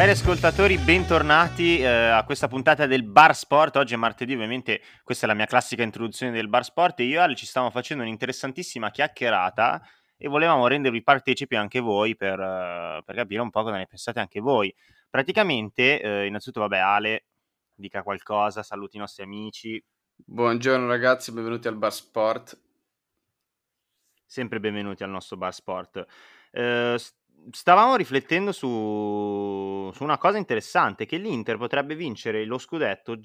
Cari ascoltatori, bentornati a questa puntata del Bar Sport. Oggi è martedì, ovviamente questa è la mia classica introduzione del Bar Sport e io e Ale ci stiamo facendo un'interessantissima chiacchierata e volevamo rendervi partecipi anche voi per capire un po' cosa ne pensate anche voi. Praticamente, innanzitutto, vabbè, Ale, dica qualcosa, saluti i nostri amici. Buongiorno ragazzi, benvenuti al Bar Sport. Sempre benvenuti al nostro Bar Sport. Stavamo riflettendo su una cosa interessante, che l'Inter potrebbe vincere lo scudetto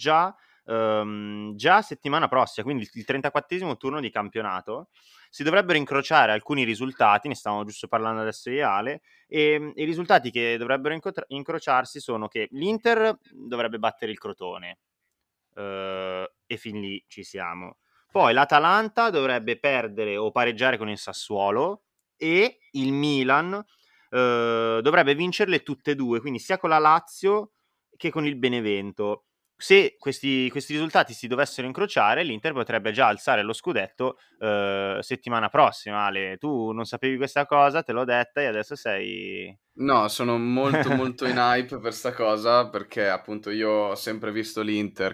già settimana prossima, quindi il 34° turno di campionato. Si dovrebbero incrociare alcuni risultati, ne stavamo giusto parlando adesso io e Ale, e i risultati che dovrebbero incrociarsi sono che l'Inter dovrebbe battere il Crotone, e fin lì ci siamo. Poi l'Atalanta dovrebbe perdere o pareggiare con il Sassuolo e il Milan dovrebbe vincerle tutte e due, quindi sia con la Lazio che con il Benevento. Se questi risultati si dovessero incrociare, l'Inter potrebbe già alzare lo scudetto settimana prossima. Ale, tu non sapevi questa cosa, te l'ho detta e adesso sei... No, sono molto in hype per sta cosa perché appunto io ho sempre visto l'Inter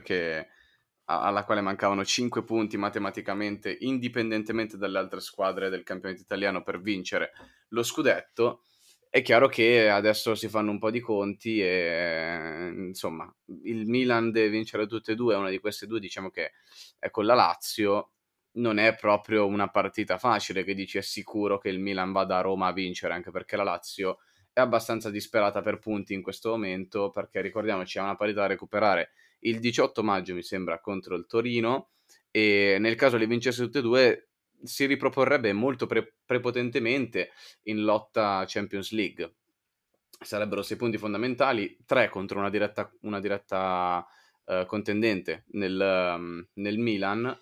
alla quale mancavano 5 punti matematicamente, indipendentemente dalle altre squadre del campionato italiano per vincere lo scudetto. È chiaro che adesso si fanno un po' di conti e insomma il Milan deve vincere tutte e due, una di queste due diciamo che è con la Lazio. Non è proprio una partita facile che dici è sicuro che il Milan vada a Roma a vincere, anche perché la Lazio è abbastanza disperata per punti in questo momento, perché ricordiamoci ha una partita da recuperare il 18 maggio, mi sembra, contro il Torino, e nel caso le vincesse tutte e due si riproporrebbe molto prepotentemente in lotta Champions League. Sarebbero 6 punti fondamentali, 3 contro una diretta contendente nel Milan,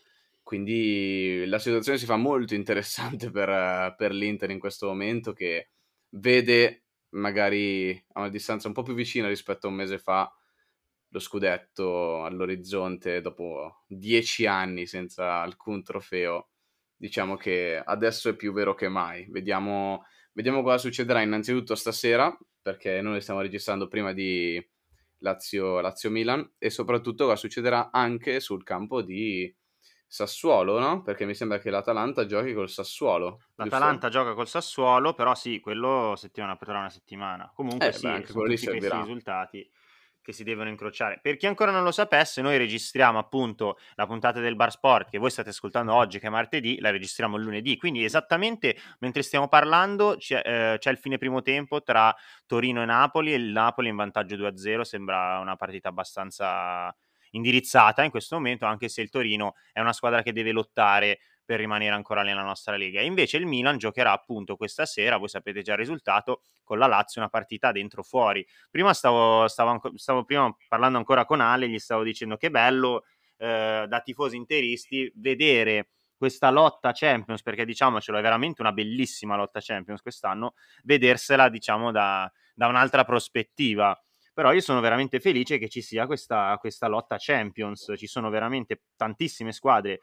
quindi la situazione si fa molto interessante per l'Inter in questo momento, che vede magari a una distanza un po' più vicina rispetto a un mese fa lo scudetto all'orizzonte dopo 10 anni senza alcun trofeo. Diciamo che adesso è più vero che mai. Vediamo cosa succederà innanzitutto stasera, perché noi stiamo registrando prima di Lazio-Milan, e soprattutto cosa succederà anche sul campo di Sassuolo, no? Perché mi sembra che l'Atalanta giochi col Sassuolo, giusto? L'Atalanta gioca col Sassuolo, però sì, quello tra una settimana. Comunque Beh, sì, anche sono quello lì tutti questi servirà. risultati che si devono incrociare. Per chi ancora non lo sapesse, noi registriamo appunto la puntata del Bar Sport che voi state ascoltando oggi, che è martedì, la registriamo il lunedì. Quindi esattamente mentre stiamo parlando c'è il fine primo tempo tra Torino e Napoli e il Napoli in vantaggio 2-0. Sembra una partita abbastanza indirizzata in questo momento, anche se il Torino è una squadra che deve lottare per rimanere ancora nella nostra lega. E invece il Milan giocherà appunto questa sera, voi sapete già il risultato, con la Lazio, una partita dentro fuori. Prima stavo prima parlando ancora con Ale, gli stavo dicendo che bello da tifosi interisti vedere questa lotta Champions, perché diciamocelo è veramente una bellissima lotta Champions quest'anno, vedersela diciamo da un'altra prospettiva. Però io sono veramente felice che ci sia questa lotta Champions, ci sono veramente tantissime squadre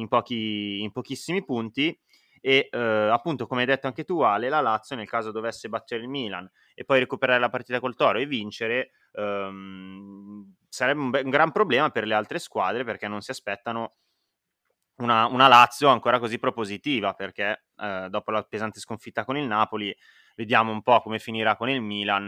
in pochissimi punti e appunto come hai detto anche tu Ale, la Lazio nel caso dovesse battere il Milan e poi recuperare la partita col Toro e vincere, sarebbe un gran problema per le altre squadre perché non si aspettano una Lazio ancora così propositiva, perché dopo la pesante sconfitta con il Napoli vediamo un po' come finirà con il Milan.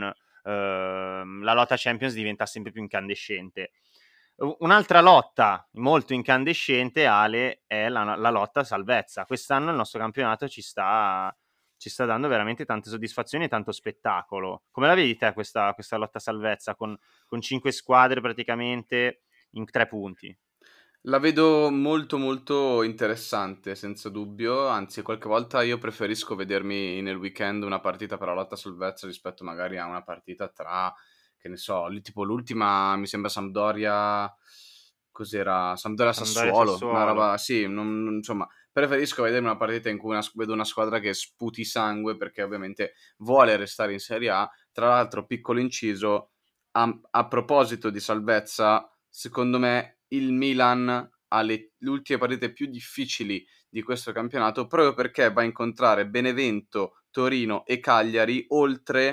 La lotta Champions diventa sempre più incandescente. Un'altra lotta molto incandescente, Ale, è la lotta salvezza. Quest'anno il nostro campionato ci sta dando veramente tante soddisfazioni e tanto spettacolo. Come la vedi te questa lotta salvezza con 5 squadre praticamente in 3 punti? La vedo molto interessante, senza dubbio, anzi qualche volta io preferisco vedermi nel weekend una partita per la lotta salvezza rispetto magari a una partita tra, che ne so, tipo l'ultima mi sembra Sampdoria, cos'era? Sampdoria Sampdoria-Sassuolo, una Sassuolo. roba, sì, insomma, preferisco vedere una partita in cui vedo una squadra che sputi sangue perché ovviamente vuole restare in Serie A. Tra l'altro, piccolo inciso, a proposito di salvezza, secondo me il Milan ha le ultime partite più difficili di questo campionato proprio perché va a incontrare Benevento, Torino e Cagliari, oltre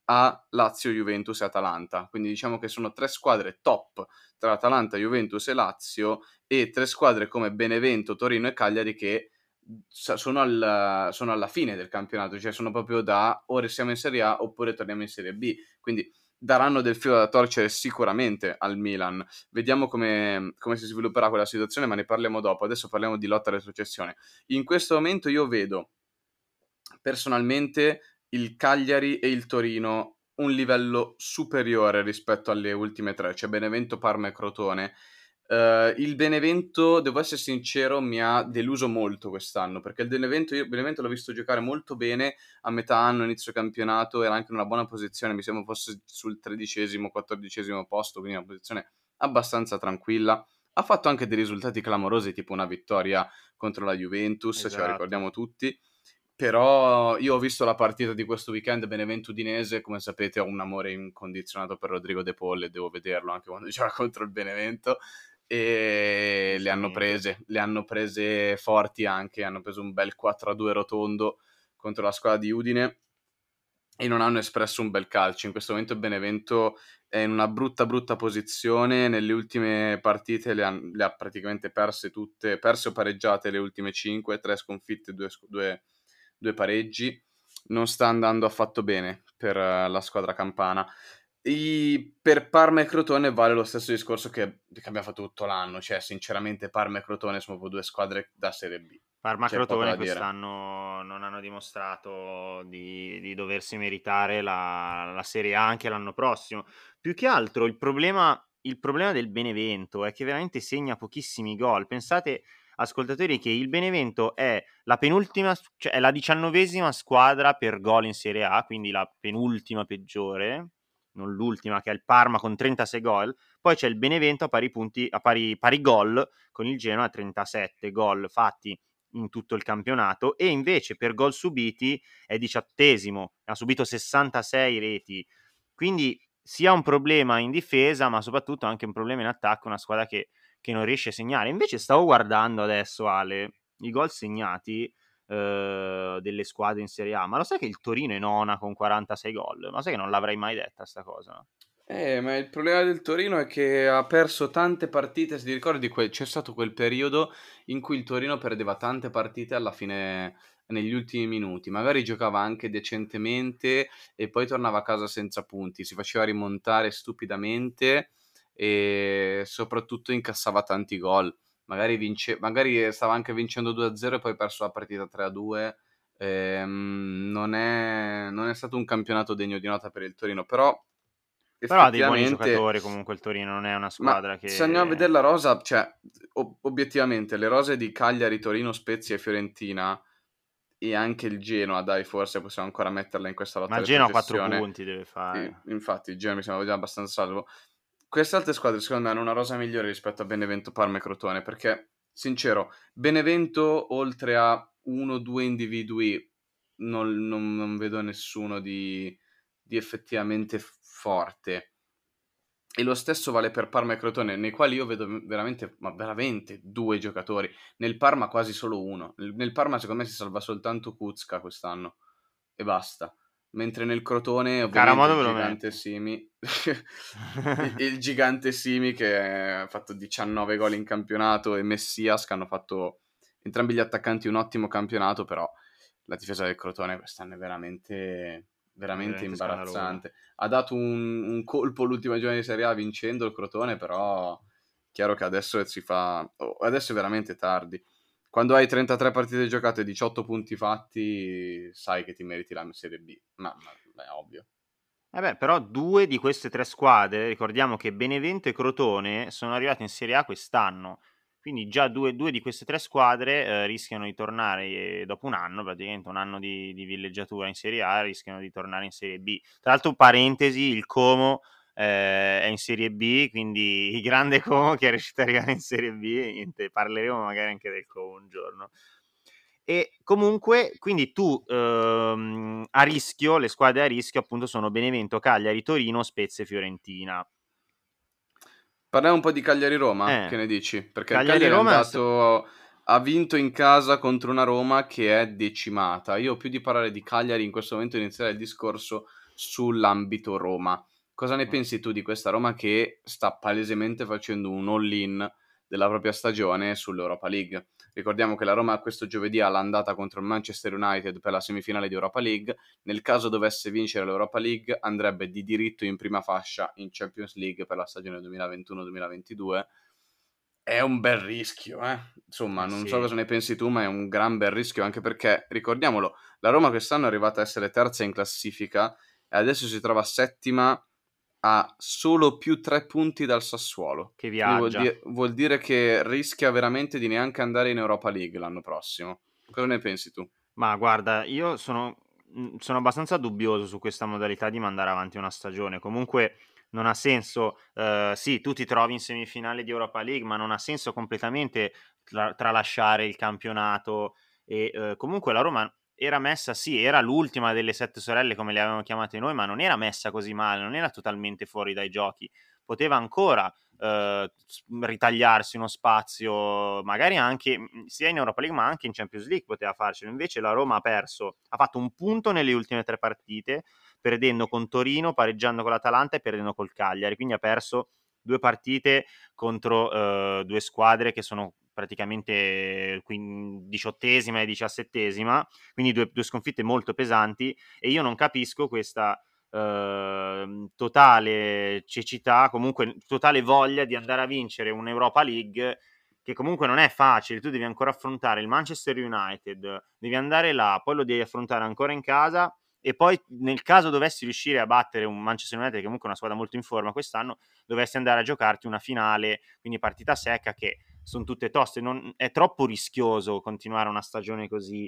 a Lazio, Juventus e Atalanta. Quindi diciamo che sono 3 squadre top tra Atalanta, Juventus e Lazio, e 3 squadre come Benevento, Torino e Cagliari che sono alla fine del campionato, cioè sono proprio da o restiamo in Serie A oppure torniamo in Serie B. Quindi daranno del filo da torcere sicuramente al Milan. Vediamo come si svilupperà quella situazione, ma ne parliamo dopo. Adesso parliamo di lotta alla retrocessione. In questo momento io vedo personalmente il Cagliari e il Torino un livello superiore rispetto alle ultime 3, cioè Benevento, Parma e Crotone. Il Benevento, devo essere sincero, mi ha deluso molto quest'anno, perché il Benevento l'ho visto giocare molto bene a metà anno, inizio campionato, era anche in una buona posizione, mi sembra fosse sul 13° 14° posto, quindi una posizione abbastanza tranquilla. Ha fatto anche dei risultati clamorosi, tipo una vittoria contro la Juventus, ce la Esatto. ricordiamo tutti. Però io ho visto la partita di questo weekend Benevento-Udinese, come sapete ho un amore incondizionato per Rodrigo De Paul e devo vederlo anche quando gioca contro il Benevento, e Giustamente. le hanno prese forti anche, hanno preso un bel 4-2 rotondo contro la squadra di Udine e non hanno espresso un bel calcio. In questo momento il Benevento è in una brutta posizione, nelle ultime partite le ha praticamente perse tutte, perse o pareggiate le ultime 5, 3 sconfitte, 2 pareggi. Non sta andando affatto bene per la squadra campana. Per Parma e Crotone vale lo stesso discorso che abbiamo fatto tutto l'anno, cioè sinceramente Parma e Crotone sono proprio 2 squadre da Serie B, Parma c'è poco Crotone da dire. quest'anno non hanno dimostrato di doversi meritare la Serie A anche l'anno prossimo. Più che altro il problema del Benevento è che veramente segna pochissimi gol. Pensate, ascoltatori, che il Benevento è la penultima, cioè è la 19ª squadra per gol in Serie A, quindi la penultima peggiore, non l'ultima, che è il Parma con 36 gol. Poi c'è il Benevento a pari punti, pari gol con il Genoa a 37 gol fatti in tutto il campionato, e invece per gol subiti è 18°, ha subito 66 reti, quindi sia un problema in difesa ma soprattutto anche un problema in attacco, una squadra che non riesce a segnare. Invece stavo guardando adesso, Ale, i gol segnati delle squadre in Serie A, ma lo sai che il Torino è nona con 46 gol? Ma sai che non l'avrei mai detta sta cosa? Ma il problema del Torino è che ha perso tante partite, se ti ricordi c'è stato quel periodo in cui il Torino perdeva tante partite alla fine, negli ultimi minuti, magari giocava anche decentemente e poi tornava a casa senza punti, si faceva rimontare stupidamente e soprattutto incassava tanti gol, magari stava anche vincendo 2-0 e poi ha perso la partita 3-2. Non è stato un campionato degno di nota per il Torino, però Però ha dei buoni effettivamente, giocatori comunque il Torino, non è una ma squadra se andiamo a che... vedere la rosa, cioè, obiettivamente, le rose di Cagliari, Torino, Spezia e Fiorentina, e anche il Genoa, dai, forse possiamo ancora metterla in questa Ma lotta il alla Genoa 4 retrocessione. punti deve fare. Infatti, il Genoa mi sembra già abbastanza salvo. Queste altre squadre, secondo me, hanno una rosa migliore rispetto a Benevento, Parma e Crotone, perché, sincero, Benevento, oltre a uno o due individui, non vedo nessuno di effettivamente forte. E lo stesso vale per Parma e Crotone, nei quali io vedo veramente, ma veramente, 2 giocatori. Nel Parma quasi solo uno. Nel Parma secondo me si salva soltanto Kuzka quest'anno e basta. Mentre nel Crotone ovviamente Caramò il dove lo gigante metti? Simi il gigante Simi che ha fatto 19 gol in campionato, e Messias che hanno fatto entrambi gli attaccanti un ottimo campionato, però la difesa del Crotone quest'anno è veramente È veramente veramente scandalosa. imbarazzante. Ha dato un colpo l'ultima giornata di Serie A vincendo il Crotone, però chiaro che adesso adesso è veramente tardi. Quando hai 33 partite giocate e 18 punti fatti, sai che ti meriti la Serie B, ma è ovvio. Beh, però due di queste tre squadre, ricordiamo che Benevento e Crotone sono arrivate in Serie A quest'anno, quindi già due di queste tre squadre rischiano di tornare dopo un anno, praticamente un anno di villeggiatura in Serie A, rischiano di tornare in Serie B. Tra l'altro, parentesi, il Como è in Serie B, quindi il grande Como che è riuscito ad arrivare in Serie B, e niente, parleremo magari anche del Como un giorno. E comunque, quindi tu a rischio, le squadre a rischio appunto sono Benevento, Cagliari, Torino, Spezia e Fiorentina. Parliamo un po' di Cagliari-Roma, Eh, che ne dici? Perché il Cagliari Cagliari-Roma ha vinto in casa contro una Roma che è decimata. Io più di parlare di Cagliari in questo momento inizierei il discorso sull'ambito Roma. Cosa ne Mm. pensi tu di questa Roma che sta palesemente facendo un all-in della propria stagione sull'Europa League? Ricordiamo che la Roma questo giovedì ha l'andata contro il Manchester United per la semifinale di Europa League. Nel caso dovesse vincere l'Europa League, andrebbe di diritto in prima fascia in Champions League per la stagione 2021-2022. È un bel rischio, eh? Insomma, non so Sì. cosa ne pensi tu, ma è un gran bel rischio, anche perché, ricordiamolo, la Roma quest'anno è arrivata a essere terza in classifica e adesso si trova settima a solo più 3 punti dal Sassuolo. Che Quindi viaggia. vuol dire che rischia veramente di neanche andare in Europa League l'anno prossimo. Cosa ne pensi tu? Ma guarda, io sono abbastanza dubbioso su questa modalità di mandare avanti una stagione. Comunque non ha senso, sì, tu ti trovi in semifinale di Europa League, ma non ha senso completamente tralasciare il campionato. E comunque la Roma era messa, sì, era l'ultima delle sette sorelle, come le avevamo chiamate noi, ma non era messa così male, non era totalmente fuori dai giochi. Poteva ancora ritagliarsi uno spazio, magari anche sia in Europa League ma anche in Champions League poteva farcelo. Invece la Roma ha fatto un punto nelle ultime 3 partite, perdendo con Torino, pareggiando con l'Atalanta e perdendo col Cagliari, quindi ha perso 2 partite contro 2 squadre che sono praticamente 18ª e 17ª, quindi due sconfitte molto pesanti, e io non capisco questa totale cecità, comunque totale voglia di andare a vincere un'Europa League che comunque non è facile. Tu devi ancora affrontare il Manchester United, devi andare là, poi lo devi affrontare ancora in casa, e poi nel caso dovessi riuscire a battere un Manchester United che comunque è una squadra molto in forma quest'anno, dovessi andare a giocarti una finale, quindi partita secca, che sono tutte toste. È troppo rischioso continuare una stagione così,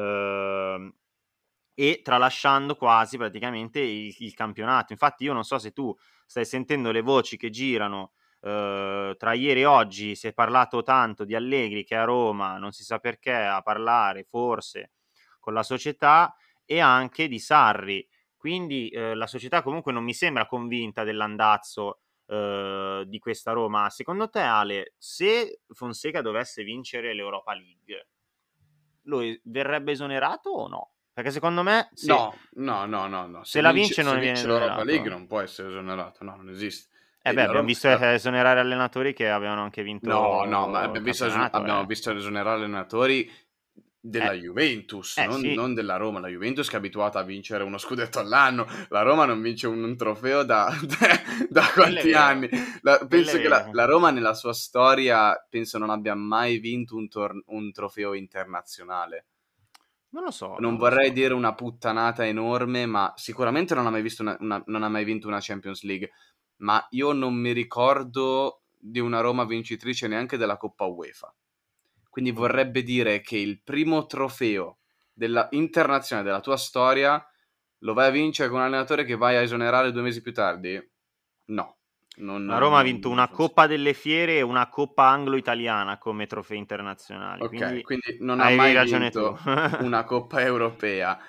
e tralasciando quasi praticamente il campionato. Infatti io non so se tu stai sentendo le voci che girano, tra ieri e oggi si è parlato tanto di Allegri che a Roma, non si sa perché, a parlare forse con la società, e anche di Sarri. Quindi la società comunque non mi sembra convinta dell'andazzo di questa Roma. Secondo te, Ale, se Fonseca dovesse vincere l'Europa League, lui verrebbe esonerato o no? Perché secondo me No, no, no, no, no. se la vince Se non viene vince l'Europa League esonerato. non può essere esonerato, no, non esiste. Eh E beh, la abbiamo Roma, visto esonerare allenatori che avevano anche no, no, ma vinto il campionato, abbiamo visto esonerare allenatori della Eh, Juventus, sì, non della Roma. La Juventus che è abituata a vincere uno scudetto all'anno. La Roma non vince un trofeo da, da quello è quanti vero, anni? quello è Penso che vero. la Roma nella sua storia, penso non abbia mai vinto un trofeo internazionale. Non lo so, Non non lo vorrei so. dire una puttanata enorme, ma sicuramente non ha mai visto non ha mai vinto una Champions League. Ma io non mi ricordo di una Roma vincitrice neanche della Coppa UEFA. Quindi Mm. vorrebbe dire che il primo trofeo internazionale della tua storia lo vai a vincere con un allenatore che vai a esonerare 2 mesi più tardi? No, La Roma ha vinto non una funziona. Coppa delle Fiere e una Coppa anglo-italiana come trofei internazionali, Ok, quindi quindi non ha avevi mai ragione tu. vinto una Coppa europea.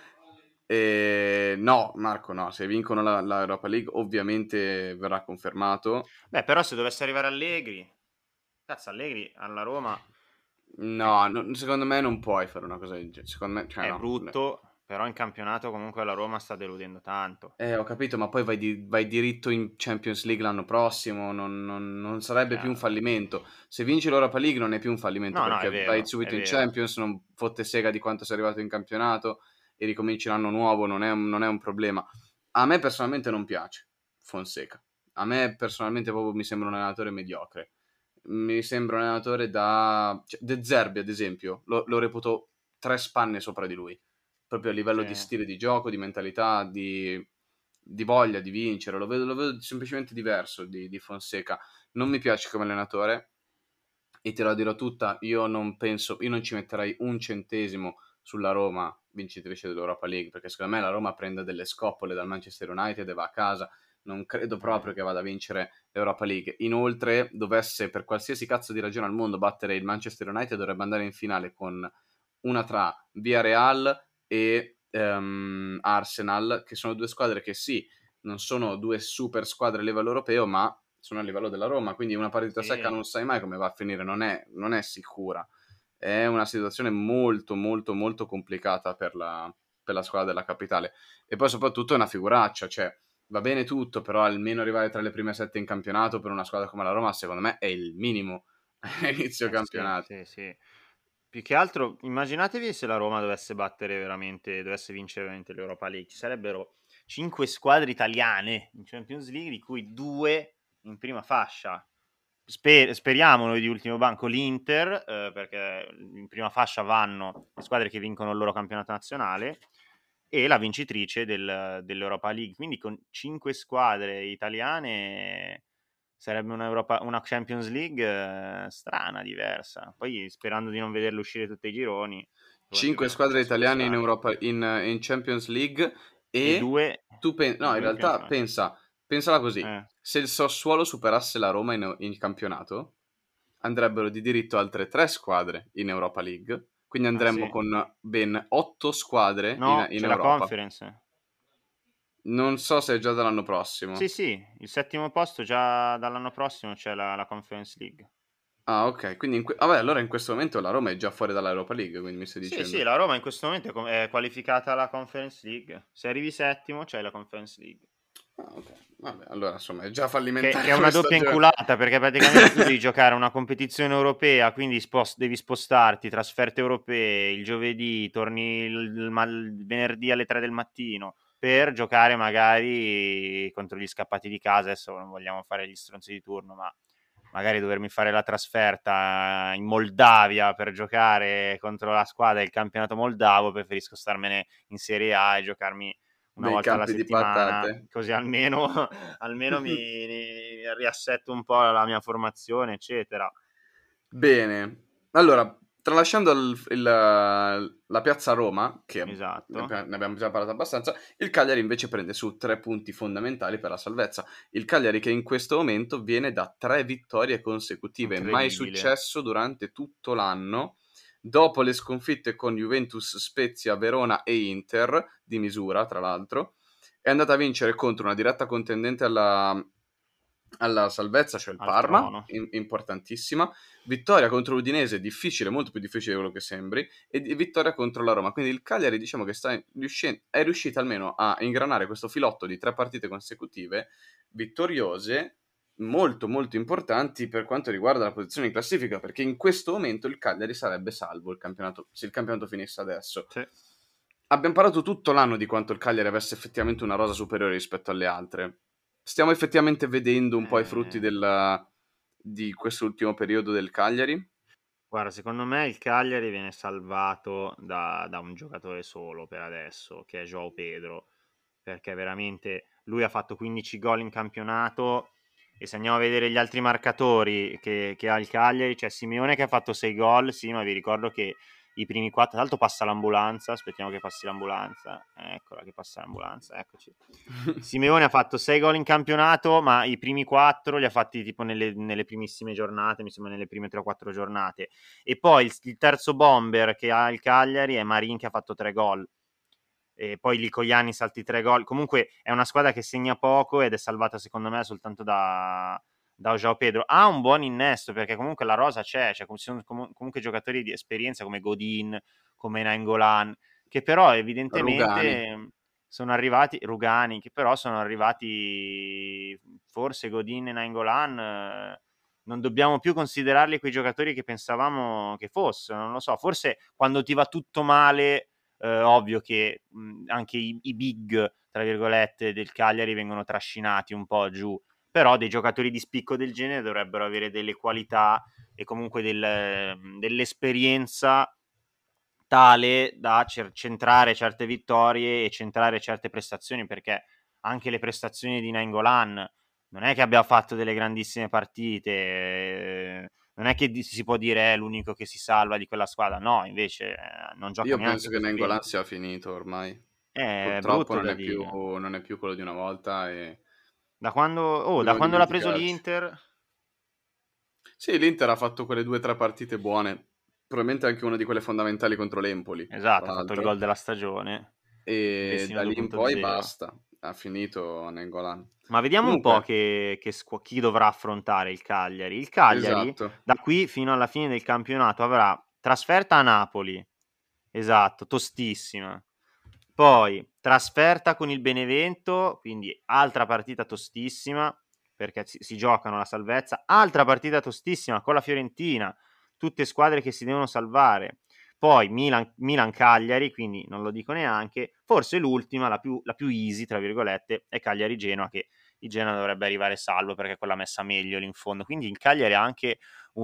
No, Marco, no, se vincono la Europa League ovviamente verrà confermato. Beh, però se dovesse arrivare Allegri, cazzo, Allegri alla Roma No, secondo me non puoi fare una cosa del genere. Secondo me, cioè è no. brutto, però in campionato comunque la Roma sta deludendo tanto. Ho capito, ma poi vai diritto in Champions League l'anno prossimo, non sarebbe più un Chiaro. fallimento. Se vinci l'Europa League non è più un fallimento No, no, perché vai è subito in vero. Champions, non fotte sega di quanto sei arrivato in campionato e ricominci l'anno nuovo, non è un problema. A me personalmente non piace Fonseca. A me personalmente proprio mi sembra un allenatore mediocre. Mi sembra un allenatore da... Cioè, De Zerbi, ad esempio, lo reputo 3 spanne sopra di lui. Proprio a livello Sì. di stile di gioco, di mentalità, di voglia di vincere. Lo vedo semplicemente diverso di Fonseca. Non mi piace come allenatore e te la dirò tutta, io non ci metterei un centesimo sulla Roma vincitrice dell'Europa League, perché secondo me la Roma prende delle scoppole dal Manchester United e va a casa. Non credo proprio che vada a vincere l'Europa League. Inoltre, dovesse per qualsiasi cazzo di ragione al mondo battere il Manchester United, dovrebbe andare in finale con una tra Villarreal e Arsenal, che sono 2 squadre che sì, non sono 2 super squadre a livello europeo, ma sono a livello della Roma, quindi una partita secca Sì. non sai mai come va a finire, non è sicura. È una situazione molto, molto, molto complicata per per la squadra della capitale. E poi soprattutto è una figuraccia, cioè va bene tutto, però almeno arrivare tra le prime 7 in campionato per una squadra come la Roma, secondo me è il minimo a inizio Sì, campionato. sì, sì. Più che altro, immaginatevi se la Roma dovesse dovesse vincere veramente l'Europa League. Ci sarebbero 5 squadre italiane in Champions League, di cui 2 in prima fascia. Speriamo noi di ultimo banco l'Inter, perché in prima fascia vanno le squadre che vincono il loro campionato nazionale e la vincitrice dell'Europa League. Quindi con 5 squadre italiane sarebbe una Champions League strana, diversa. Poi sperando di non vederle uscire tutti i gironi, 5 probabilmente squadre ci può italiane in stare. Europa, in Champions League E e due, no, e in due in prima realtà fascia. pensala così, Eh, se il Sassuolo superasse la Roma in campionato, andrebbero di diritto altre 3 squadre in Europa League, quindi ah andremmo sì? con ben 8 squadre No, in c'è la Europa. Conference. Non so se è già dall'anno Sì, prossimo. sì, il settimo posto già dall'anno prossimo c'è la Conference League. Ah, ok, quindi vabbè, allora in questo momento la Roma è già fuori dall'Europa League, quindi mi stai Sì, sì, dicendo. la Roma in questo momento è qualificata alla Conference League. Se arrivi settimo, c'hai la Conference League. Ah, ok, vabbè, allora insomma è già Che fallimentare è una come doppia stagione. inculata, perché praticamente tu devi giocare una competizione europea, quindi devi spostarti, trasferte europee, il giovedì, torni il venerdì alle 3 del mattino, per giocare magari contro gli scappati di casa. Adesso non vogliamo fare gli stronzi di turno, ma magari dovermi fare la trasferta in Moldavia per giocare contro la squadra del campionato moldavo, preferisco starmene in Serie A e giocarmi una Dei volta alla campi di settimana, patate. così almeno, almeno mi riassetto un po' la mia formazione, eccetera. Bene, allora, tralasciando la piazza Roma, che Esatto, ne abbiamo già parlato abbastanza, il Cagliari invece prende su 3 punti fondamentali per la salvezza. Il Cagliari che in questo momento viene da 3 vittorie consecutive, mai incredibile. successo durante tutto l'anno, dopo le sconfitte con Juventus, Spezia, Verona e Inter, di misura tra l'altro, è andata a vincere contro una diretta contendente alla salvezza, cioè il Al Parma, trono. importantissima, vittoria contro l'Udinese, difficile, molto più difficile di quello che sembri, e vittoria contro la Roma. Quindi il Cagliari diciamo che è riuscito almeno a ingranare questo filotto di 3 partite consecutive vittoriose, molto molto importanti per quanto riguarda la posizione in classifica, perché in questo momento il Cagliari sarebbe salvo il campionato, se il campionato finisse adesso. Sì. Abbiamo parlato tutto l'anno di quanto il Cagliari avesse effettivamente una rosa superiore rispetto alle altre. Stiamo effettivamente vedendo un po' i frutti Eh, di quest'ultimo periodo del Cagliari? Guarda, secondo me il Cagliari viene salvato da un giocatore solo per adesso, che è João Pedro, perché veramente lui ha fatto 15 gol in campionato, e se andiamo a vedere gli altri marcatori che ha il Cagliari, c'è Simeone che ha fatto 6 gol, sì, ma vi ricordo che i primi 4, tra l'altro passa l'ambulanza, aspettiamo che passi l'ambulanza, eccola che passa l'ambulanza, eccoci. Simeone ha fatto 6 gol in campionato, ma i primi 4 li ha fatti tipo nelle primissime giornate, mi sembra nelle prime 3 o 4 giornate. E poi il terzo bomber che ha il Cagliari è Marin che ha fatto 3 gol. E poi lì con gli anni salti 3 gol. Comunque è una squadra che segna poco ed è salvata secondo me soltanto da João Pedro. Ha un buon innesto perché comunque la rosa c'è, ci sono comunque giocatori di esperienza come Godin, come Nainggolan, che però Rugani. evidentemente sono arrivati, Rugani, che però sono arrivati, forse Godin e Nainggolan, non dobbiamo più considerarli quei giocatori che pensavamo che fossero, non lo so, forse quando ti va tutto male, ovvio che anche i big, tra virgolette, del Cagliari vengono trascinati un po' giù, però dei giocatori di spicco del genere dovrebbero avere delle qualità e comunque dell'esperienza tale da centrare certe vittorie e centrare certe prestazioni, perché anche le prestazioni di Nainggolan non è che abbia fatto delle grandissime partite, non è che si può dire è l'unico che si salva di quella squadra, no, invece non gioca Io penso neanche che così Nainggolan bene. sia finito ormai. È Purtroppo brutto da dire. non è più quello di una volta e Da dobbiamo quando l'ha preso dimenticarci. l'Inter, Sì, l'Inter ha fatto quelle 2 o 3 partite buone, probabilmente anche una di quelle fondamentali contro l'Empoli, tra esatto, ha fatto il l'altro. gol della stagione, il E destino da lì in poi 2.0. basta, ha finito Nainggolan. Ma vediamo un po' Comunque, chi dovrà affrontare il Cagliari. Il Cagliari, esatto. da qui fino alla fine del campionato, avrà trasferta a Napoli, esatto, tostissima. Poi trasferta con il Benevento, quindi altra partita tostissima, perché si giocano la salvezza, altra partita tostissima con la Fiorentina, tutte squadre che si devono salvare. Poi Milan-Cagliari, quindi non lo dico neanche, forse l'ultima, la più easy, tra virgolette, è Cagliari-Genoa, che il Genoa dovrebbe arrivare salvo perché è quella messa meglio lì in fondo. Quindi il Cagliari ha anche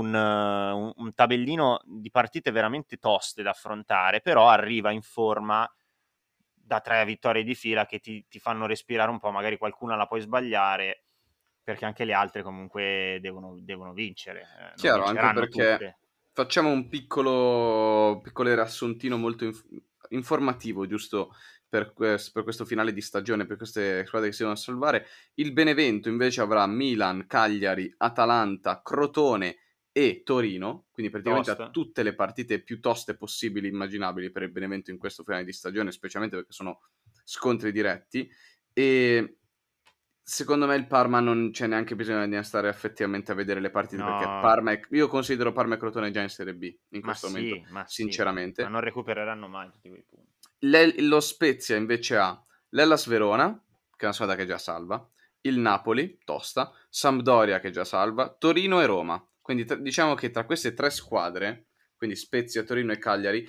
un tabellino di partite veramente toste da affrontare, però arriva in forma da 3 vittorie di fila che ti fanno respirare un po', magari qualcuna la puoi sbagliare, perché anche le altre comunque devono vincere, non Chiaro, anche vinceranno perché tutte. facciamo un piccolo riassuntino molto informativo, giusto per questo finale di stagione, per queste squadre che si devono salvare. Il Benevento invece avrà Milan, Cagliari, Atalanta, Crotone e Torino, quindi praticamente ha Tosta. tutte le partite più toste possibili, immaginabili per il Benevento in questo finale di stagione, specialmente perché sono scontri diretti. E secondo me il Parma non c'è neanche bisogno di stare effettivamente a vedere le partite, perché No, io considero Parma e Crotone già in Serie B in questo momento, ma sì, ma sinceramente. non recupereranno mai tutti quei punti. Lo Spezia invece ha l'Hellas Verona, che è una squadra che già salva, il Napoli, tosta, Sampdoria che già salva, Torino e Roma. Quindi diciamo che tra queste tre squadre, quindi Spezia, Torino e Cagliari,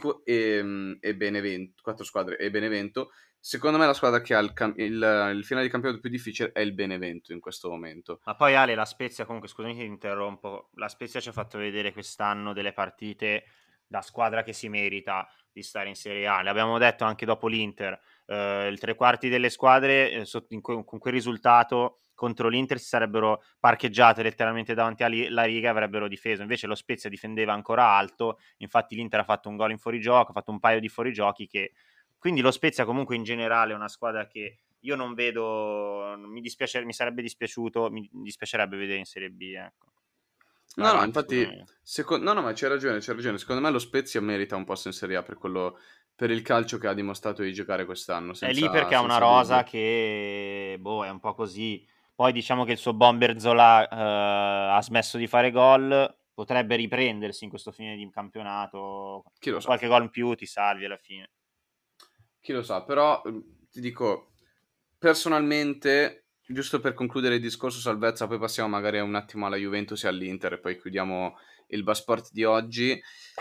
e Benevento, quattro squadre e Benevento, secondo me la squadra che ha il finale di campionato più difficile è il Benevento in questo momento. Ma poi Ale, la Spezia, comunque scusami che ti interrompo, la Spezia ci ha fatto vedere quest'anno delle partite da squadra che si merita di stare in Serie A. L'abbiamo detto anche dopo l'Inter, il tre quarti delle squadre con quel risultato contro l'Inter si sarebbero parcheggiate letteralmente davanti alla riga e avrebbero difeso. Invece lo Spezia difendeva ancora alto, infatti l'Inter ha fatto un gol in fuorigioco, ha fatto un paio di fuorigiochi che... Quindi lo Spezia comunque in generale è una squadra che io non vedo, mi dispiace, mi sarebbe dispiaciuto, mi dispiacerebbe vedere in Serie B, ecco. Vai No, no, avanti, infatti, scusami. no, no, ma c'hai ragione, c'hai ragione. Secondo me lo Spezia merita un posto in Serie A per quello, per il calcio che ha dimostrato di giocare quest'anno, È lì senza, perché ha una senza rosa dubbio. che, boh, è un po' così. Poi diciamo che il suo bomber Zola ha smesso di fare gol, potrebbe riprendersi in questo fine di campionato, Chi lo con sa, qualche gol in più ti salvi alla fine. chi lo sa, però ti dico, personalmente, giusto per concludere il discorso salvezza, poi passiamo magari un attimo alla Juventus e all'Inter e poi chiudiamo il Basport di oggi.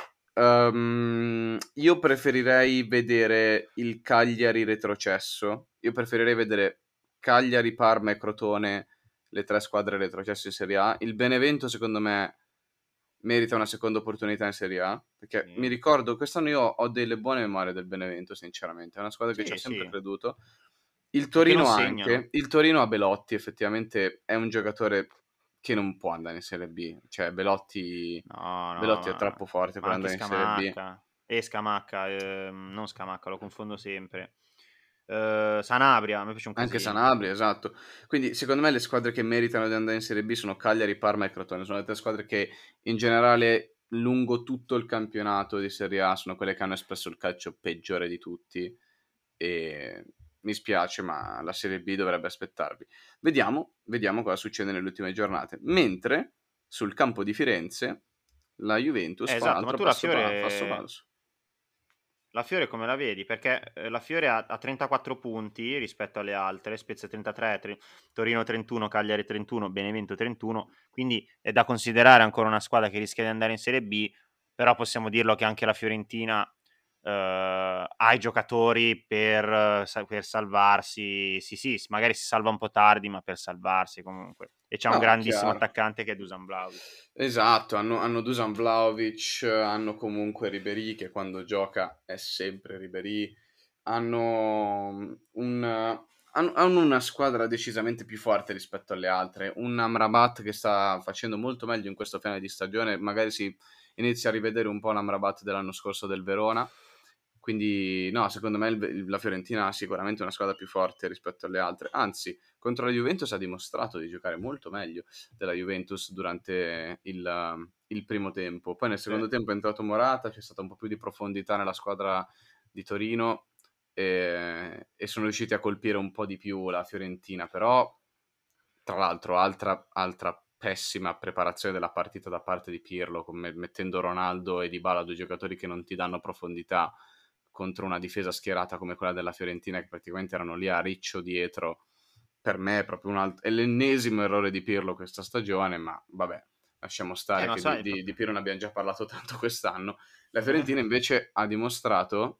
Io preferirei vedere il Cagliari retrocesso. Io preferirei vedere Cagliari, Parma e Crotone, le tre squadre retrocesse in Serie A. Il Benevento, secondo me, merita una seconda opportunità in Serie A. Perché mi Sì, ricordo, quest'anno io ho delle buone memorie del Benevento, sinceramente. È una squadra che ci ha sì, sempre sì. creduto. Il Perché non Torino segnano? anche. Il Torino ha Belotti, effettivamente è un giocatore che non può andare in Serie B. Cioè, No, no, Belotti è troppo forte ma per anche andare in Serie B. Scamacca. E Scamacca, non Scamacca, lo confondo sempre. Sanabria, a me piace un Anche casino. Sanabria, esatto. Quindi, secondo me, le squadre che meritano di andare in Serie B sono Cagliari, Parma e Crotone. Sono le tre squadre che, in generale, lungo tutto il campionato di Serie A, sono quelle che hanno espresso il calcio peggiore di tutti. E mi spiace, ma la Serie B dovrebbe aspettarvi. Vediamo cosa succede nelle ultime giornate. Mentre, sul campo di Firenze, la Juventus fa un Esatto, ma altro tu passo falso. La Fiore come la vedi? Perché la Fiore ha 34 punti rispetto alle altre, Spezia 33, Torino 31, Cagliari 31, Benevento 31, quindi è da considerare ancora una squadra che rischia di andare in Serie B, però possiamo dirlo che anche la Fiorentina ha i giocatori per salvarsi, sì sì, magari si salva un po' tardi, ma per salvarsi comunque. E c'è un No, grandissimo chiaro. attaccante che è Dusan Vlahovic. Esatto, hanno Dusan Vlahovic, hanno comunque Ribéry che quando gioca è sempre Ribéry, hanno una squadra decisamente più forte rispetto alle altre, un Amrabat che sta facendo molto meglio in questo finale di stagione, magari si inizia a rivedere un po' l'Amrabat dell'anno scorso del Verona, quindi no, secondo me la Fiorentina ha sicuramente una squadra più forte rispetto alle altre, anzi contro la Juventus ha dimostrato di giocare molto meglio della Juventus durante il primo tempo. Poi nel Sì. secondo tempo è entrato Morata, c'è stata un po' più di profondità nella squadra di Torino e sono riusciti a colpire un po' di più la Fiorentina, però tra l'altro altra pessima preparazione della partita da parte di Pirlo, mettendo Ronaldo e Dybala, due giocatori che non ti danno profondità. contro una difesa schierata come quella della Fiorentina, che praticamente erano lì a riccio dietro. Per me è proprio è l'ennesimo errore di Pirlo questa stagione, ma vabbè, lasciamo stare Ma che sai, di Pirlo ne abbiamo già parlato tanto quest'anno. La Fiorentina invece ha dimostrato,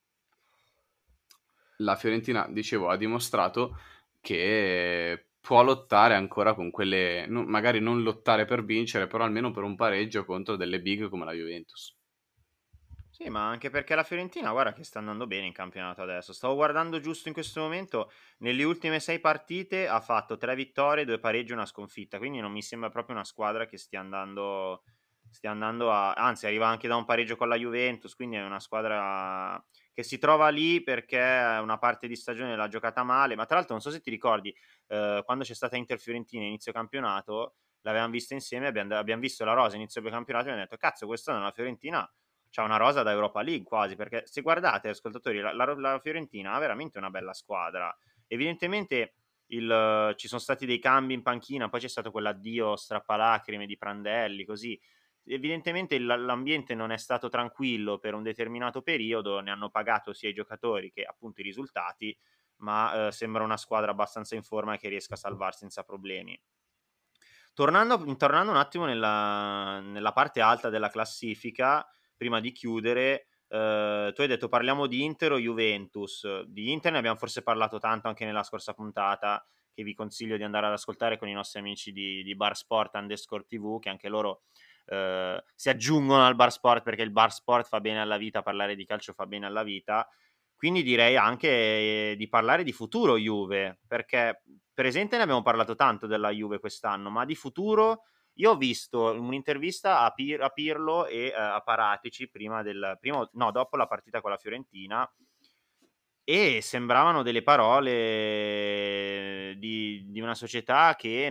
ha dimostrato che può lottare ancora con quelle, magari non lottare per vincere, però almeno per un pareggio contro delle big come la Juventus. sì, ma anche perché la Fiorentina, guarda che sta andando bene in campionato adesso. Stavo guardando giusto in questo momento, nelle ultime 6 partite ha fatto 3 vittorie, 2 pareggi e una sconfitta, quindi non mi sembra proprio una squadra che stia andando a... Anzi, arriva anche da un pareggio con la Juventus, quindi è una squadra che si trova lì perché una parte di stagione l'ha giocata male, ma tra l'altro non so se ti ricordi, quando c'è stata Inter-Fiorentina inizio campionato, l'avevamo vista insieme, abbiamo visto la rosa inizio campionato e abbiamo detto, cazzo, quest'anno la Fiorentina c'ha una rosa da Europa League quasi, perché se guardate, ascoltatori, la Fiorentina ha veramente una bella squadra. Evidentemente ci sono stati dei cambi in panchina, poi c'è stato quell'addio strappalacrime di Prandelli, così. Evidentemente l'ambiente non è stato tranquillo per un determinato periodo, ne hanno pagato sia i giocatori che appunto i risultati, ma sembra una squadra abbastanza in forma e che riesca a salvarsi senza problemi. Tornando un attimo nella parte alta della classifica, prima di chiudere, tu hai detto parliamo di Inter o Juventus. Di Inter ne abbiamo forse parlato tanto anche nella scorsa puntata, che vi consiglio di andare ad ascoltare con i nostri amici di Bar Sport _ TV, che anche loro si aggiungono al Bar Sport perché il Bar Sport fa bene alla vita, parlare di calcio fa bene alla vita. Quindi direi anche di parlare di futuro Juve, perché presente ne abbiamo parlato tanto della Juve quest'anno, ma di futuro io ho visto un'intervista a Pirlo e a Paratici dopo la partita con la Fiorentina e sembravano delle parole di una società che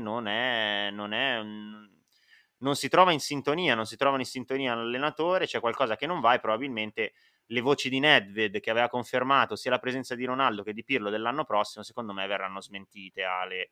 non si trova in sintonia, non si trovano in sintonia l'allenatore, c'è qualcosa che non va e probabilmente le voci di Nedved che aveva confermato sia la presenza di Ronaldo che di Pirlo dell'anno prossimo, secondo me verranno smentite, Ale.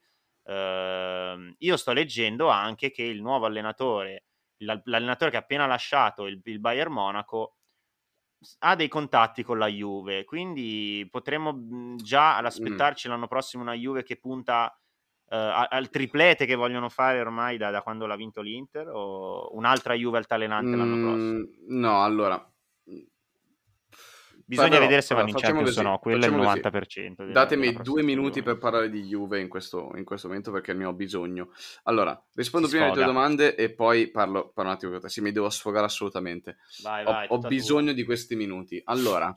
Io sto leggendo anche che il nuovo allenatore, l'allenatore che ha appena lasciato il Bayern Monaco, ha dei contatti con la Juve, quindi potremmo già ad Mm. aspettarci l'anno prossimo una Juve che punta al triplete che vogliono fare ormai da quando l'ha vinto l'Inter, o un'altra Juve altalenante l'anno prossimo? No, allora, Bisogna vedere se allora, vanno in Champions o no, quello è il facciamo così. 90% della Datemi prossima 2 minuti stagione. per parlare di Juve in questo momento perché ne ho bisogno. Allora, Si rispondo prima alle tue sfoga. domande e poi parlo un attimo con te. Sì, mi devo sfogare assolutamente. Vai, Ho, vai, ho tutta tua. bisogno di questi minuti. Allora,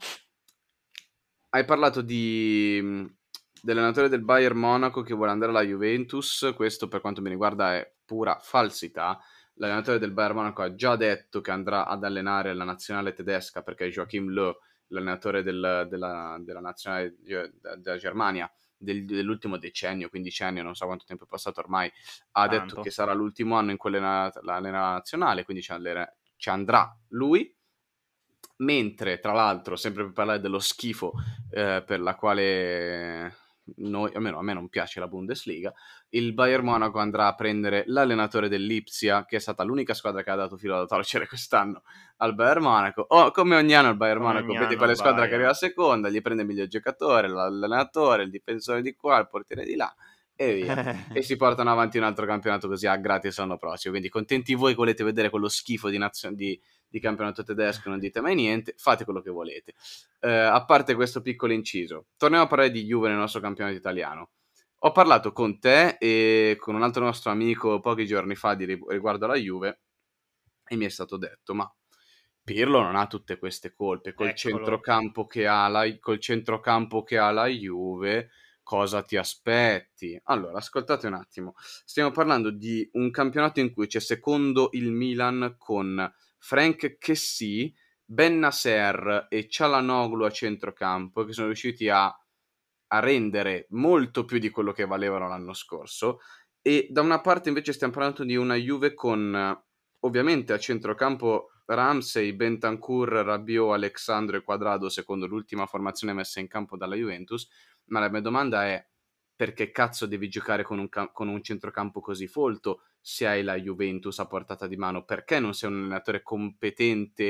hai parlato dell'allenatore del Bayern Monaco che vuole andare alla Juventus. Questo per quanto mi riguarda è pura falsità. L'allenatore del Bayern Monaco ha già detto che andrà ad allenare la nazionale tedesca perché Joachim Löw, l'allenatore della nazionale della Germania dell'ultimo decennio, 15 anni, non so quanto tempo è passato ormai, ha detto che Tanto. sarà l'ultimo anno in cui allena la nazionale, quindi ci andrà lui. Mentre, tra l'altro, sempre per parlare dello schifo per la quale almeno a me non piace la Bundesliga, il Bayern Monaco andrà a prendere l'allenatore dell'Ipsia, che è stata l'unica squadra che ha dato filo da torcere quest'anno al Bayern Monaco. Come ogni anno il Bayern Come Monaco ogni vede anno al quelle squadre che arriva a Bayern. seconda, gli prende il miglior giocatore, l'allenatore, il difensore di qua, il portiere di là e via. E si portano avanti un altro campionato così a gratis l'anno prossimo. Quindi contenti voi che volete vedere quello schifo di campionato tedesco, non dite mai niente, fate quello che volete. A parte questo piccolo inciso, torniamo a parlare di Juve nel nostro campionato italiano. Ho parlato con te e con un altro nostro amico pochi giorni fa riguardo alla Juve e mi è stato detto, ma Pirlo non ha tutte queste colpe, Eccolo. col centrocampo che ha la Juve, cosa ti aspetti? Allora, ascoltate un attimo, stiamo parlando di un campionato in cui c'è secondo il Milan con Frank Kessy, Bennacer e Çalhanoğlu a centrocampo che sono riusciti a rendere molto più di quello che valevano l'anno scorso e da una parte invece stiamo parlando di una Juve con ovviamente a centrocampo Ramsey, Bentancur, Rabiot, Alexandro e Quadrado secondo l'ultima formazione messa in campo dalla Juventus, ma la mia domanda è perché cazzo devi giocare con un centrocampo così folto se hai la Juventus a portata di mano? Perché non sei un allenatore competente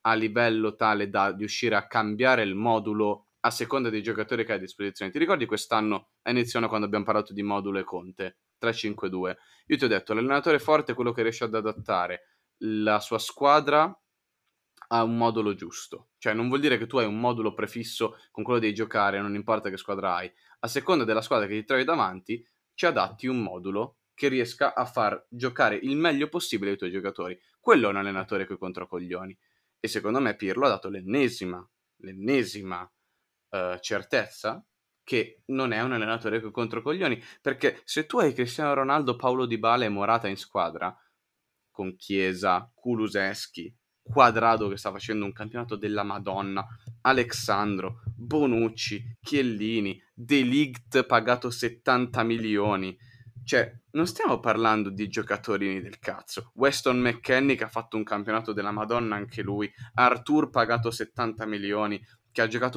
a livello tale da riuscire a cambiare il modulo a seconda dei giocatori che hai a disposizione. Ti ricordi quest'anno a inizio quando abbiamo parlato di modulo e Conte 3-5-2? Io ti ho detto, l'allenatore forte è quello che riesce ad adattare la sua squadra a un modulo giusto. Cioè non vuol dire che tu hai un modulo prefisso con quello devi giocare, non importa che squadra hai. A seconda della squadra che ti trovi davanti, ci adatti un modulo che riesca a far giocare il meglio possibile i tuoi giocatori. Quello è un allenatore coi controcoglioni. E secondo me Pirlo ha dato l'ennesima certezza che non è un allenatore coi controcoglioni. Perché se tu hai Cristiano Ronaldo, Paulo Dybala e Morata in squadra, con Chiesa, Kulusevski, Quadrado che sta facendo un campionato della Madonna, Alexandro, Bonucci, Chiellini, De Ligt pagato 70 milioni. Cioè, non stiamo parlando di giocatori del cazzo. Weston McKennie che ha fatto un campionato della Madonna anche lui, Arthur pagato 70 milioni, che ha giocato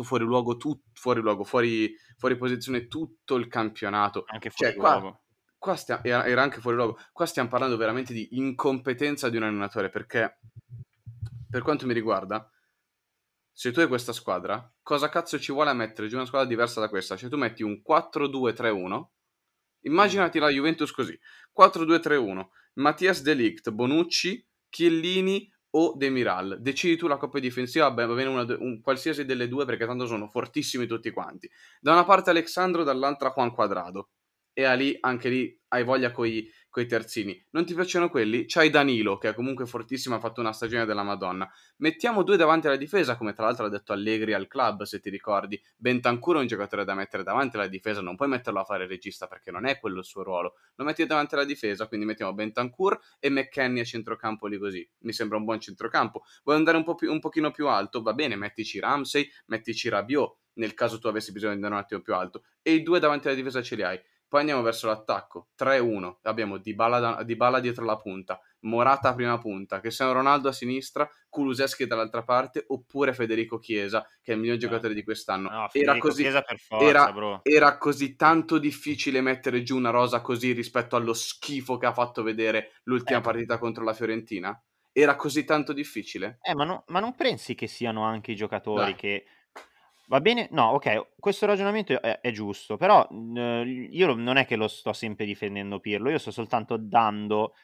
fuori posizione tutto il campionato. Anche fuori Cioè, qua luogo. era anche fuori luogo. Qua stiamo parlando veramente di incompetenza di un allenatore, perché per quanto mi riguarda, se tu hai questa squadra, cosa cazzo ci vuole a mettere giù una squadra diversa da questa? Cioè tu metti un 4-2-3-1, immaginati la Juventus così, 4-2-3-1, Mattias De Ligt, Bonucci, Chiellini o Demiral. Decidi tu la coppia difensiva, va bene qualsiasi delle due perché tanto sono fortissimi tutti quanti. Da una parte Alexandro, dall'altra Juan Quadrado. E anche lì hai voglia coi terzini. Non ti piacciono quelli? C'hai Danilo, che è comunque fortissimo, ha fatto una stagione della Madonna. Mettiamo due davanti alla difesa, come tra l'altro ha detto Allegri al club, se ti ricordi. Bentancur è un giocatore da mettere davanti alla difesa, non puoi metterlo a fare regista perché non è quello il suo ruolo. Lo metti davanti alla difesa, quindi mettiamo Bentancur e McKennie a centrocampo lì così. Mi sembra un buon centrocampo. Vuoi andare un pochino più alto? Va bene, mettici Ramsey, mettici Rabiot, nel caso tu avessi bisogno di andare un attimo più alto. E i due davanti alla difesa ce li hai. Poi andiamo verso l'attacco, 3-1, abbiamo Dybala dietro la punta, Morata a prima punta, Cristiano Ronaldo a sinistra, Kulusevski dall'altra parte, oppure Federico Chiesa, che è il miglior giocatore di quest'anno. No, Federico Chiesa per forza, bro. Era così tanto difficile mettere giù una rosa così rispetto allo schifo che ha fatto vedere l'ultima Eh, partita contro la Fiorentina? Era così tanto difficile? ma non pensi che siano anche i giocatori Dai. che va bene? No, ok, questo ragionamento è giusto, però io non è che lo sto sempre difendendo Pirlo, io sto soltanto dando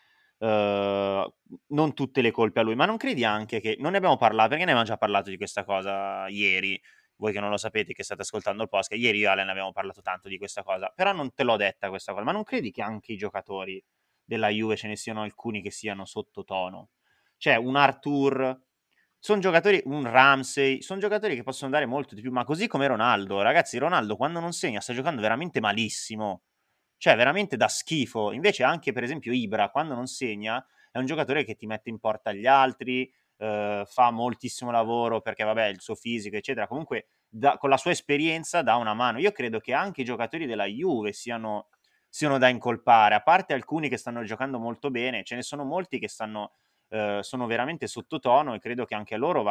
non tutte le colpe a lui, ma non credi anche che non ne abbiamo parlato, perché ne abbiamo già parlato di questa cosa ieri, voi che non lo sapete, che state ascoltando il podcast, ieri io e Allen abbiamo parlato tanto di questa cosa, però non te l'ho detta questa cosa, ma non credi che anche i giocatori della Juve ce ne siano alcuni che siano sottotono? Cioè un Arthur, sono giocatori, un Ramsey, sono giocatori che possono dare molto di più, ma così come Ronaldo, ragazzi, Ronaldo quando non segna sta giocando veramente malissimo, cioè veramente da schifo, invece anche per esempio Ibra quando non segna è un giocatore che ti mette in porta gli altri, fa moltissimo lavoro perché vabbè il suo fisico eccetera, comunque con la sua esperienza dà una mano, io credo che anche i giocatori della Juve siano da incolpare, a parte alcuni che stanno giocando molto bene, ce ne sono molti che sono veramente sottotono e credo che anche a loro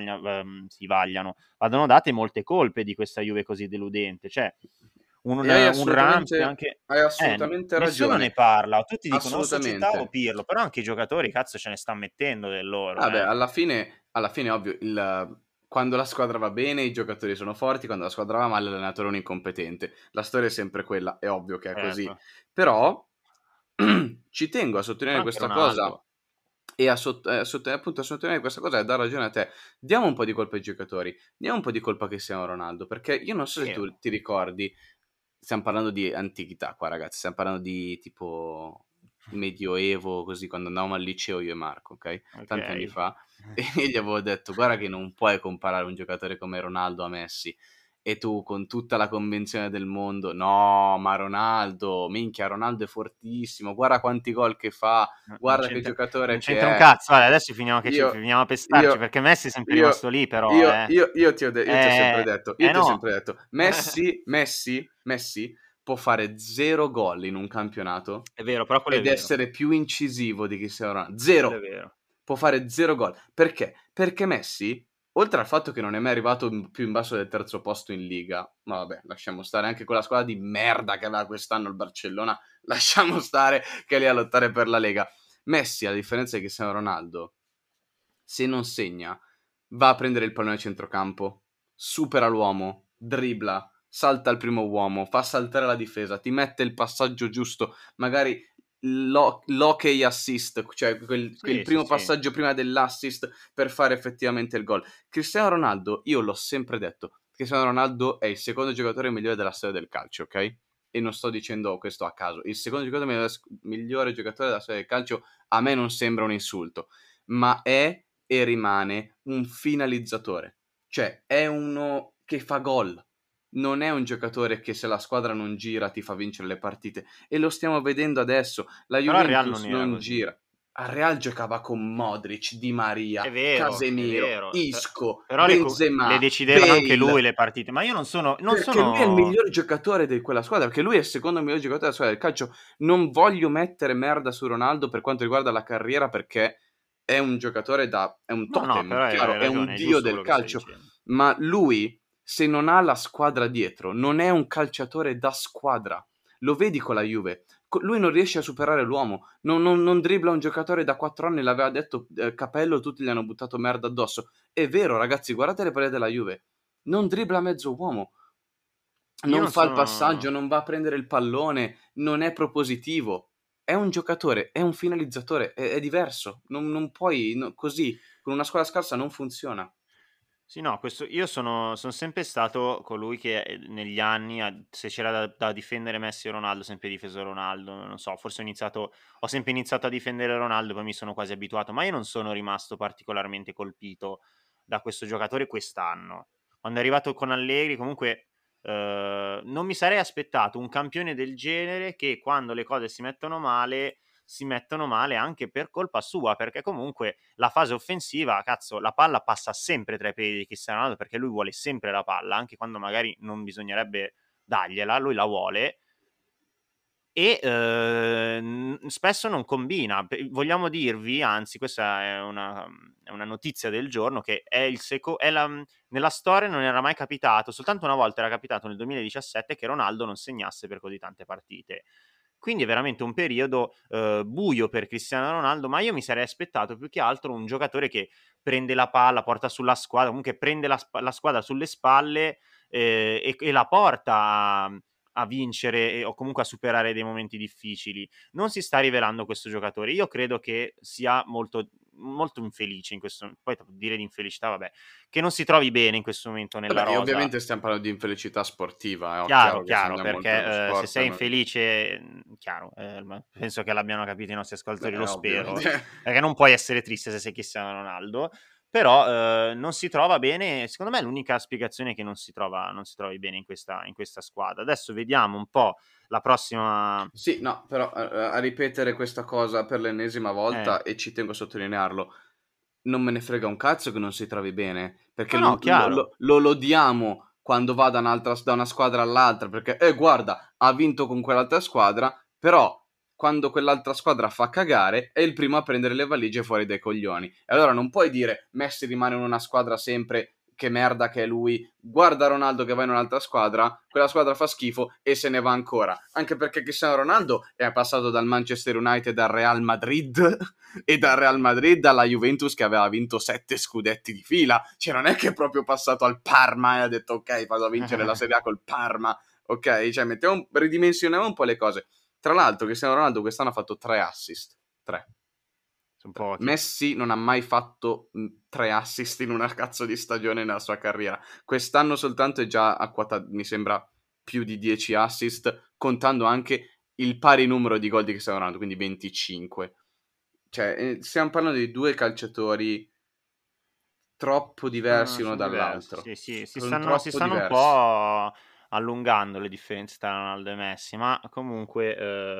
vadano date molte colpe di questa Juve così deludente. Cioè, E hai un Ramsey assolutamente, anche... hai assolutamente nessuno ne ragione. parla, tutti dicono o società o Assolutamente. Pirlo, però anche i giocatori, cazzo, ce ne sta mettendo del loro, Vabbè, alla fine ovvio, quando la squadra va bene i giocatori sono forti, quando la squadra va male l'allenatore è un incompetente. La storia è sempre quella, è ovvio che è così. Certo. Però ci tengo a sottolineare Però anche questa cosa Ronaldo. e appunto a sottolineare questa cosa e a dare ragione a te. Diamo un po' di colpa ai giocatori, diamo un po' di colpa a Cristiano Ronaldo, perché io non so se tu Vero. ti ricordi, stiamo parlando di antichità qua ragazzi, stiamo parlando di tipo medioevo, così quando andavamo al liceo io e Marco, ok? Ok. Tanti anni fa, e gli avevo detto guarda che non puoi comparare un giocatore come Ronaldo a Messi. E tu con tutta la convenzione del mondo, no, ma Ronaldo, minchia, Ronaldo è fortissimo, guarda quanti gol che fa, Non guarda che giocatore non che c'entra un è. cazzo. Guarda, adesso finiamo che Io, finiamo a pestarci io, perché Messi è sempre rimasto io, lì, però, eh. io ti ho sempre Eh, detto, no. Messi può fare zero gol in un campionato È vero, però quello è ed vero. essere più incisivo di Cristiano Ronaldo. Quello è Zero. vero. Può fare zero gol. Perché? Perché Messi, oltre al fatto che non è mai arrivato più in basso del terzo posto in Liga, ma vabbè, lasciamo stare anche con la squadra di merda che aveva quest'anno il Barcellona, lasciamo stare che è lì a lottare per la Lega. Messi, a differenza di Cristiano Ronaldo, se non segna, va a prendere il pallone a centrocampo, supera l'uomo, dribbla, salta il primo uomo, fa saltare la difesa, ti mette il passaggio giusto, magari l'ok assist, cioè quel Sì, sì, primo sì. passaggio prima dell'assist per fare effettivamente il gol. Cristiano Ronaldo, io l'ho sempre detto, Cristiano Ronaldo è il secondo giocatore migliore della storia del calcio, ok? E non sto dicendo questo a caso. Il secondo migliore giocatore della storia del calcio a me non sembra un insulto, ma è e rimane un finalizzatore. Cioè, è uno che fa gol. Non è un giocatore che se la squadra non gira ti fa vincere le partite. E lo stiamo vedendo adesso. La Però al Real non Juventus era non così. gira. Al Real giocava con Modric, Di Maria, È Casemiro, vero. Isco, Però le Benzema, decidevano anche lui Bale. le partite. Ma io non sono, non Perché lui è il sono... miglior giocatore di quella squadra, perché lui è il secondo miglior giocatore della squadra del calcio. Non voglio mettere merda su Ronaldo per quanto riguarda la carriera, perché è un giocatore è un No, no, totem, però hai chiaro, è un ragione, è dio giusto del quello che stai calcio, dicendo. ma lui, se non ha la squadra dietro, non è un calciatore da squadra. Lo vedi con la Juve. Lui non riesce a superare l'uomo, non dribbla un giocatore da 4 anni, l'aveva detto Capello, tutti gli hanno buttato merda addosso. È vero, ragazzi, guardate le partite della Juve, non dribbla mezzo uomo, Io non non fa il passaggio, sono... non va a prendere il pallone, non è propositivo. È un giocatore, è un finalizzatore, è diverso. Non puoi, così, con una squadra scarsa non funziona. Sì, no, questo, io sono sempre stato colui che negli anni, se c'era da difendere Messi e Ronaldo, ho sempre difeso Ronaldo, non so, forse ho sempre iniziato a difendere Ronaldo, poi mi sono quasi abituato, ma io non sono rimasto particolarmente colpito da questo giocatore quest'anno. Quando è arrivato con Allegri, comunque, non mi sarei aspettato un campione del genere che quando le cose si mettono male anche per colpa sua, perché comunque la fase offensiva, cazzo, la palla passa sempre tra i piedi di Cristiano Ronaldo perché lui vuole sempre la palla, anche quando magari non bisognerebbe dargliela, lui la vuole e spesso non combina. Vogliamo dirvi, anzi, questa è una notizia del giorno, che è nella storia non era mai capitato, soltanto una volta era capitato nel 2017 che Ronaldo non segnasse per così tante partite. Quindi è veramente un periodo buio per Cristiano Ronaldo, ma io mi sarei aspettato più che altro un giocatore che prende la palla, porta sulla squadra, comunque prende la squadra sulle spalle e la porta a vincere o comunque a superare dei momenti difficili. Non si sta rivelando questo giocatore. Io credo che sia molto, molto infelice in questo, poi dire di infelicità, vabbè, che non si trovi bene in questo momento nella Vabbè, e rosa. ovviamente stiamo parlando di infelicità sportiva, è Chiaro, chiaro che se chiaro, andiamo oltre lo perché se sport, sei infelice, chiaro, ma penso che l'abbiano capito i nostri ascoltatori, lo spero, ovviamente. perché non puoi essere triste se sei Cristiano Ronaldo, però non si trova bene, secondo me è l'unica spiegazione che non si trovi bene in questa squadra. Adesso vediamo un po' la prossima... Sì, no, però a ripetere questa cosa per l'ennesima Eh, volta, e ci tengo a sottolinearlo, non me ne frega un cazzo che non si trovi bene, perché no, no, chiaro. lo lodiamo quando va da una squadra all'altra, perché, guarda, ha vinto con quell'altra squadra, però quando quell'altra squadra fa cagare è il primo a prendere le valigie fuori dai coglioni. E allora non puoi dire Messi rimane in una squadra sempre, che merda che è lui, guarda Ronaldo che va in un'altra squadra, quella squadra fa schifo e se ne va ancora. Anche perché Cristiano Ronaldo è passato dal Manchester United al Real Madrid e dal Real Madrid alla Juventus che aveva vinto 7 scudetti di fila. Cioè non è che è proprio passato al Parma e ha detto ok, vado a vincere la Serie A col Parma. Ok, cioè ridimensioniamo un po' le cose. Tra l'altro Cristiano Ronaldo quest'anno ha fatto 3 assist. 3. Sono pochi. Messi non ha mai fatto 3 assist in una cazzo di stagione nella sua carriera. Quest'anno soltanto è già a quota, mi sembra, più di 10 assist, contando anche il pari numero di gol di Cristiano Ronaldo, quindi 25. Cioè, stiamo parlando di due calciatori troppo diversi uno Sono diversi, dall'altro. sì, sì, Sono si troppo stanno un diversi. po' allungando le differenze tra Ronaldo e Messi, ma comunque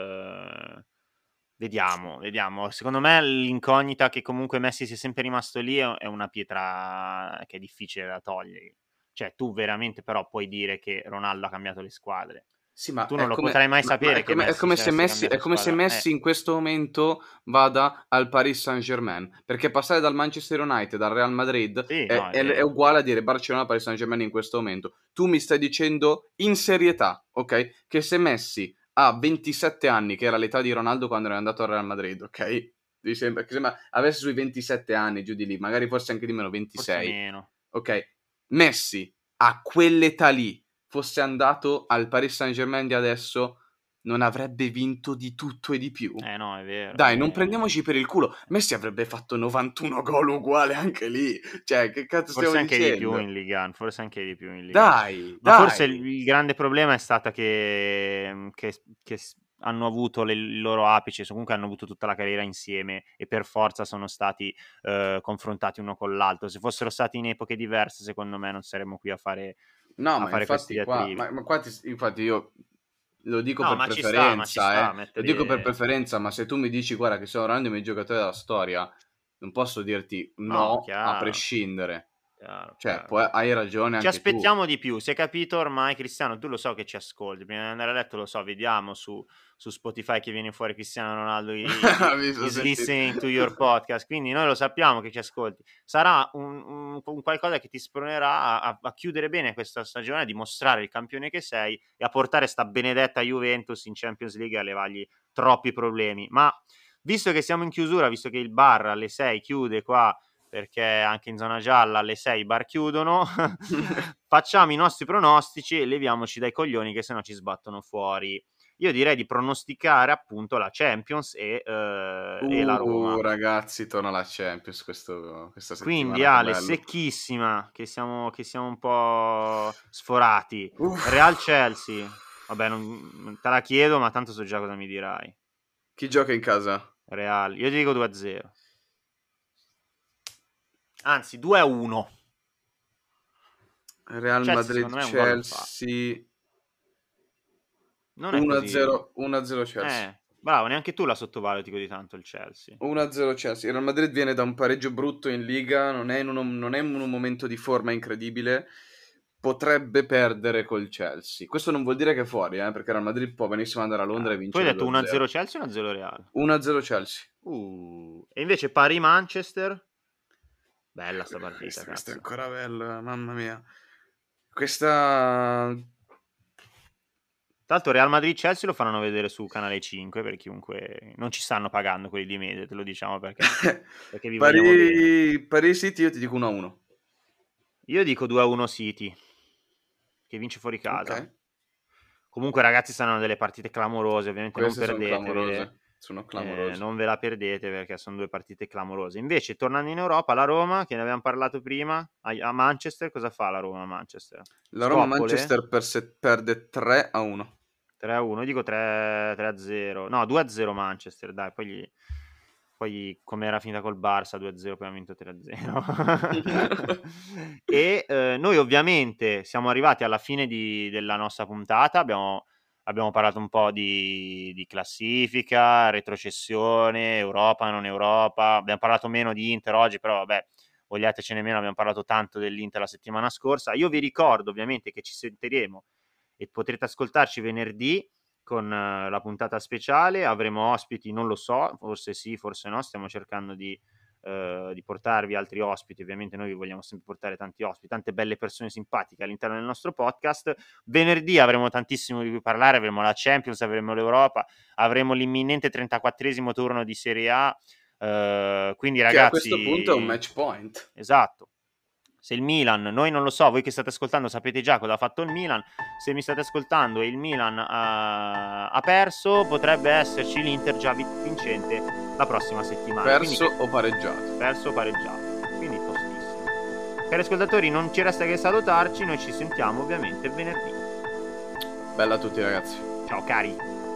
vediamo, vediamo. Secondo me l'incognita che comunque Messi sia sempre rimasto lì è una pietra che è difficile da togliere. Cioè, tu veramente però puoi dire che Ronaldo ha cambiato le squadre. Sì, ma Tu non lo potrai mai sapere che è Messi come se se avesse Messi, è cambiato come se squadra. Messi in questo momento vada al Paris Saint-Germain, perché passare dal Manchester United al Real Madrid Sì, no, è è vero. uguale a dire Barcellona-Paris Saint-Germain in questo momento. Tu mi stai dicendo in serietà, ok? Che se Messi ha 27 anni, che era l'età di Ronaldo quando era andato al Real Madrid, ok? perché sembra avesse sui 27 anni, giù di lì, magari forse anche di meno, 26. Forse meno. Ok, Messi a quell'età lì fosse andato al Paris Saint-Germain di adesso, non avrebbe vinto di tutto e di più. No, è vero. Dai, non prendiamoci per il culo. Messi avrebbe fatto 91 gol uguale anche lì. Cioè, che cazzo Forse stiamo anche dicendo? di più in Ligue 1, forse anche di più in Ligue 1. Dai, Ma dai. forse il grande problema è stato che hanno avuto il loro apice, comunque hanno avuto tutta la carriera insieme e per forza sono stati confrontati uno con l'altro. Se fossero stati in epoche diverse, secondo me non saremmo qui a fare, No, a ma fare questi infatti qua, diatribi. ma qua infatti io lo dico No, per ma ci sta preferenza, a lo dico per mettere... preferenza, ma se tu mi dici, guarda, che sono veramente i miei giocatori della storia, non posso dirti No, no a chiaro, prescindere. chiaro. Cioè, hai ragione Ci anche tu. aspettiamo di più, si è capito ormai, Cristiano, tu lo so che ci ascolti, prima di andare a letto lo so, vediamo su Spotify che viene fuori Cristiano Ronaldo is listening to your podcast, quindi noi lo sappiamo che ci ascolti. Sarà un qualcosa che ti spronerà a chiudere bene questa stagione, a dimostrare il campione che sei e a portare sta benedetta Juventus in Champions League e a levargli troppi problemi. Ma visto che siamo in chiusura, visto che il bar alle 6 chiude qua, perché anche in zona gialla alle 6 i bar chiudono, facciamo i nostri pronostici e leviamoci dai coglioni che sennò ci sbattono fuori. Io direi di pronosticare appunto la Champions e la Roma. Ragazzi, torna la Champions questa settimana. Quindi Ale, secchissima, che siamo un po' sforati. Real Chelsea, vabbè non te la chiedo, ma tanto so già cosa mi dirai. Chi gioca in casa? Real, io ti dico 2-0. Anzi, 2-1. Real Chelsea, Madrid, Chelsea. Non è 1-0 Chelsea. Bravo, neanche tu la sottovaluti così tanto il Chelsea. 1-0 Chelsea. Il Real Madrid viene da un pareggio brutto in Liga, non è in un momento di forma incredibile. Potrebbe perdere col Chelsea. Questo non vuol dire che è fuori, perché il Real Madrid può benissimo andare a Londra e vincere. Tu hai detto 1-0 Chelsea o 1-0 Real? 1-0 Chelsea. E invece Paris-Manchester? Bella sta partita. Questa è ancora bella, mamma mia. Questa... Tra l'altro Real Madrid-Chelsea lo faranno vedere su Canale 5 per chiunque... Non ci stanno pagando quelli di media, te lo diciamo perché vi vogliamo bene. Paris City io ti dico 1-1. Io dico 2-1 City, che vince fuori casa. Okay. Comunque ragazzi saranno delle partite clamorose, ovviamente Queste non perdetevele. Sono clamorose. Non ve la perdete perché sono due partite clamorose. Invece tornando in Europa, la Roma, che ne abbiamo parlato prima, a Manchester, cosa fa la Roma a Manchester? La Roma a Manchester perde 3-1. 3-1, dico 3-0. No, 2-0 Manchester, dai, poi come era finita col Barça 2-0, poi ha vinto 3-0. E noi ovviamente siamo arrivati alla fine della nostra puntata, abbiamo parlato un po' di classifica, retrocessione, Europa, non Europa, abbiamo parlato meno di Inter oggi, però vabbè, vogliatecene meno, abbiamo parlato tanto dell'Inter la settimana scorsa. Io vi ricordo ovviamente che ci sentiremo e potrete ascoltarci venerdì con la puntata speciale, avremo ospiti, non lo so, forse sì, forse no, stiamo cercando di portarvi altri ospiti, ovviamente noi vi vogliamo sempre portare tanti ospiti, tante belle persone simpatiche all'interno del nostro podcast. Venerdì avremo tantissimo di cui parlare, avremo la Champions, avremo l'Europa, avremo l'imminente 34esimo turno di Serie A, quindi ragazzi... Che a questo punto è un match point. Esatto. Se il Milan, noi non lo so, voi che state ascoltando sapete già cosa ha fatto il Milan, se mi state ascoltando e il Milan ha perso, potrebbe esserci l'Inter già vincente la prossima settimana. Perso o pareggiato. Perso o pareggiato, quindi tostissimo. Cari ascoltatori, non ci resta che salutarci, noi ci sentiamo ovviamente venerdì. Bella a tutti ragazzi. Ciao cari.